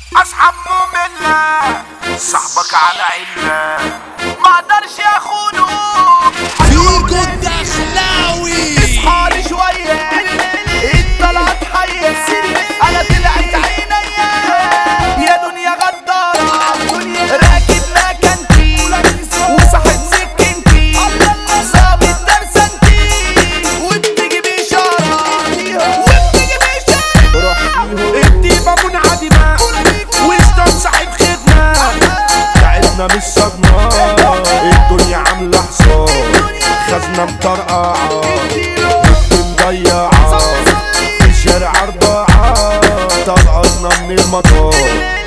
اصحاب مملة صاحبك على علة ما اقدرش اخونه فيكو الدخلاوي اصحالي شوية انت طلعت حية انا طلعت عينيا يا دنيا غدارة راكب مكانتي وصاحب سكنتي ظابط ترسنتي وبتيجي بإشارة الديبة منعدمة وسطن صاحب خدمة تعبنا من الصدمة الدنيا عاملة حصار خزنة مطرقعة مضيعة في الشارع أربعة طلقتنا من المطار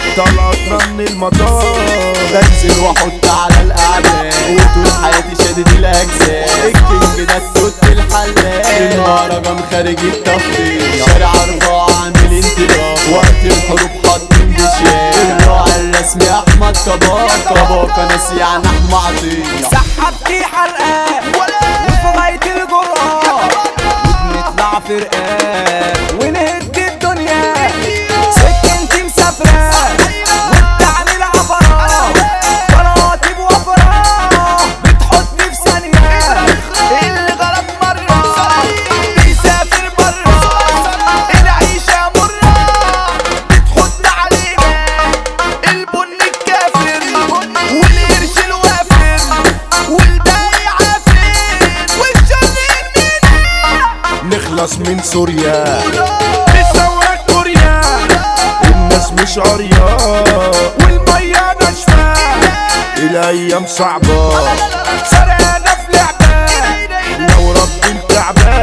بنزل واحط على الاعداء وطول حياتي شادد الاجزاء الكينج ده التوت الحلاق المهرجان خارج التفضيل شارع اربعة عامل انطلاق وقت الحروب حاطين بشير الراعي الرسمي احمد طباقة ناس يعني احمد عطية سحبتي حلقة وفي غاية الجرأة وبنطلع فرقات ونهد الدنيا سكنتي مسافرة وبتعمل عبرة طلعاتي بوفرة بتحطني في ثانية اللي غلط مرة بيسافر برا العيشة مرة بتحط علينا البن الكافر والقرش الوافر والباقي عافر والشر يرمينا نخلص من سوريا بثورة كوريا الناس مش عريا والمية ناشفة الأيام صعبة سرقنا في لعبة لو رب الكعبة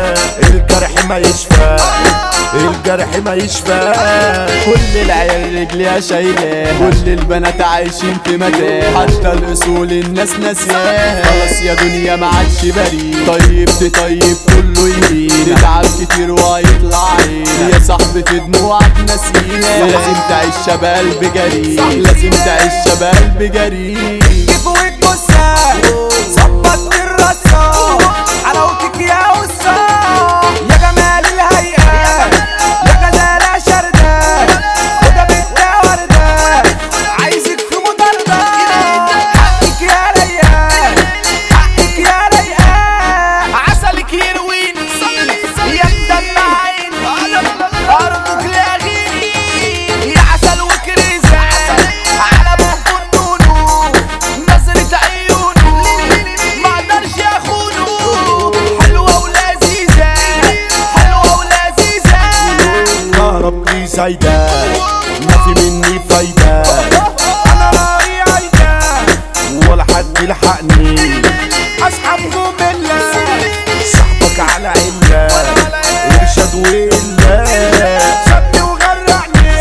الجرح ما يشفى كل العيال رجليها شايلاه كل البنات عايشين في متاه حتى الاصول الناس ناسياه خلاص يا دنيا ما عادش بريء طيب تطيب كله يمين تتعب كتير وهيطلع عين يا صاحبي في دموعك نسينا لازم تعيش بقلب جريء لازم تعيش بقلب جريء كيف والجثة ظبط الرصة حلاوتك يا قصة يا جمال الهيئة يا غزالة شردة خدها بنت وردة عايزك في مطاردة حقك يا ريان حقك يا ريان عسلك يرويني يا مدمع عيني أرضك لاغيني يا عسل وكريزة على بوق النونو نظرة عيونه ما اقدرش اخونه حلوة ولذيذة حلوة ولذيذة كهرب لي زايدة ما في مني فايدة انا رايي عايدة ولا حد يلحقني اصحاب مملة صاحبك على علة ارشاد وإلا سابني وغرقني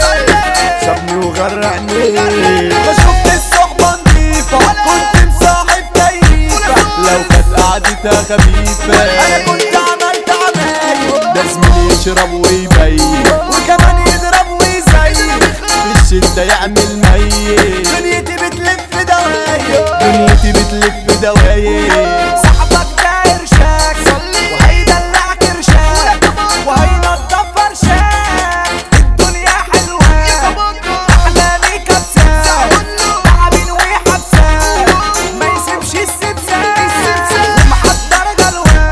ما شفت الصحبة نضيفة كنت مصاحب كيفة لو كانت قعدتها خفيفة انا كنت عملت عمايل ده زميلي يشرب ويبين وكمان يضرب ويزين في الشدة يعمل ميت دنيتي بتلف دواير دنيتي بتلف دواير صاحبك ده قرشاك وهيدلع كرشاك وهينضف فرشاك الدنيا حلوة أحلامي كبسة تعبين وحبسة ما يسيبش السبسة ومحضر جلوة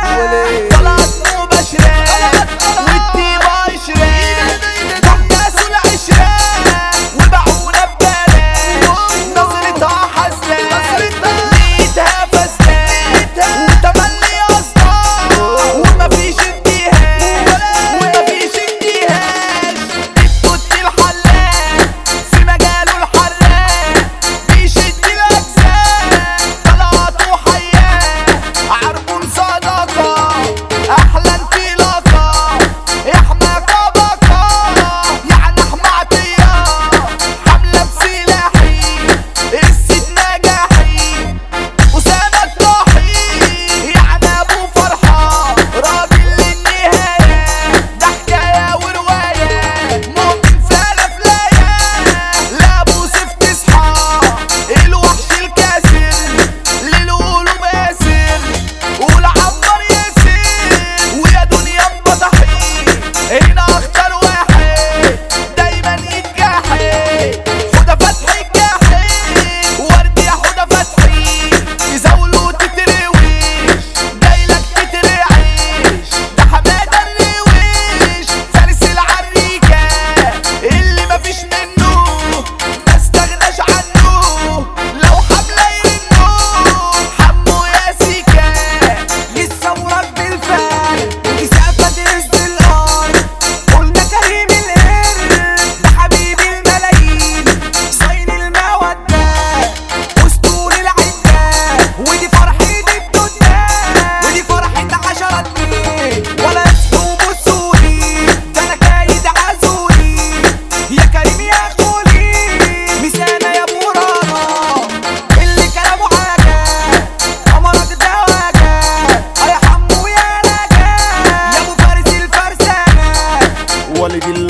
طلعت مباشرة والتيمة عشرة تحت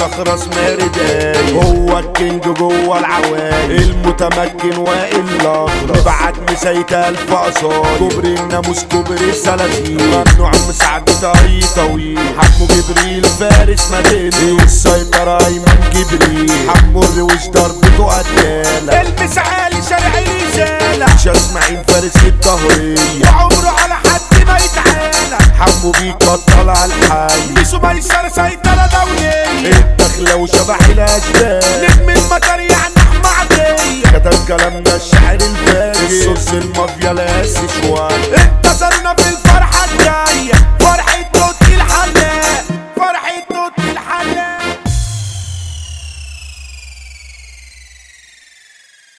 الاخرس مارداي، هو الكينج جوه العوالي، المتمكن وائل الاخرس، نبعت مسيت الف قصايد، كوبري الناموس كوبري السلاسل، ممنوع مساعدة اي طويل، حمو جبريل فارس مدينة، السيطرة ايمن جبريل، حمو الروش ضربته قتالة، البس عالي شارع الرجالة، مش اسماعيل فارس الظهرية، وعمره على حد ما يتعالى، حمو بيك بطل على الحي، ميسو ميسر سيطرة دولية، الدخلة وشبح الاشبال، نجم المطر يعني احمى عدية، كتب كلامنا الشاعر الفارس، الصوص المافيا لاس شوال،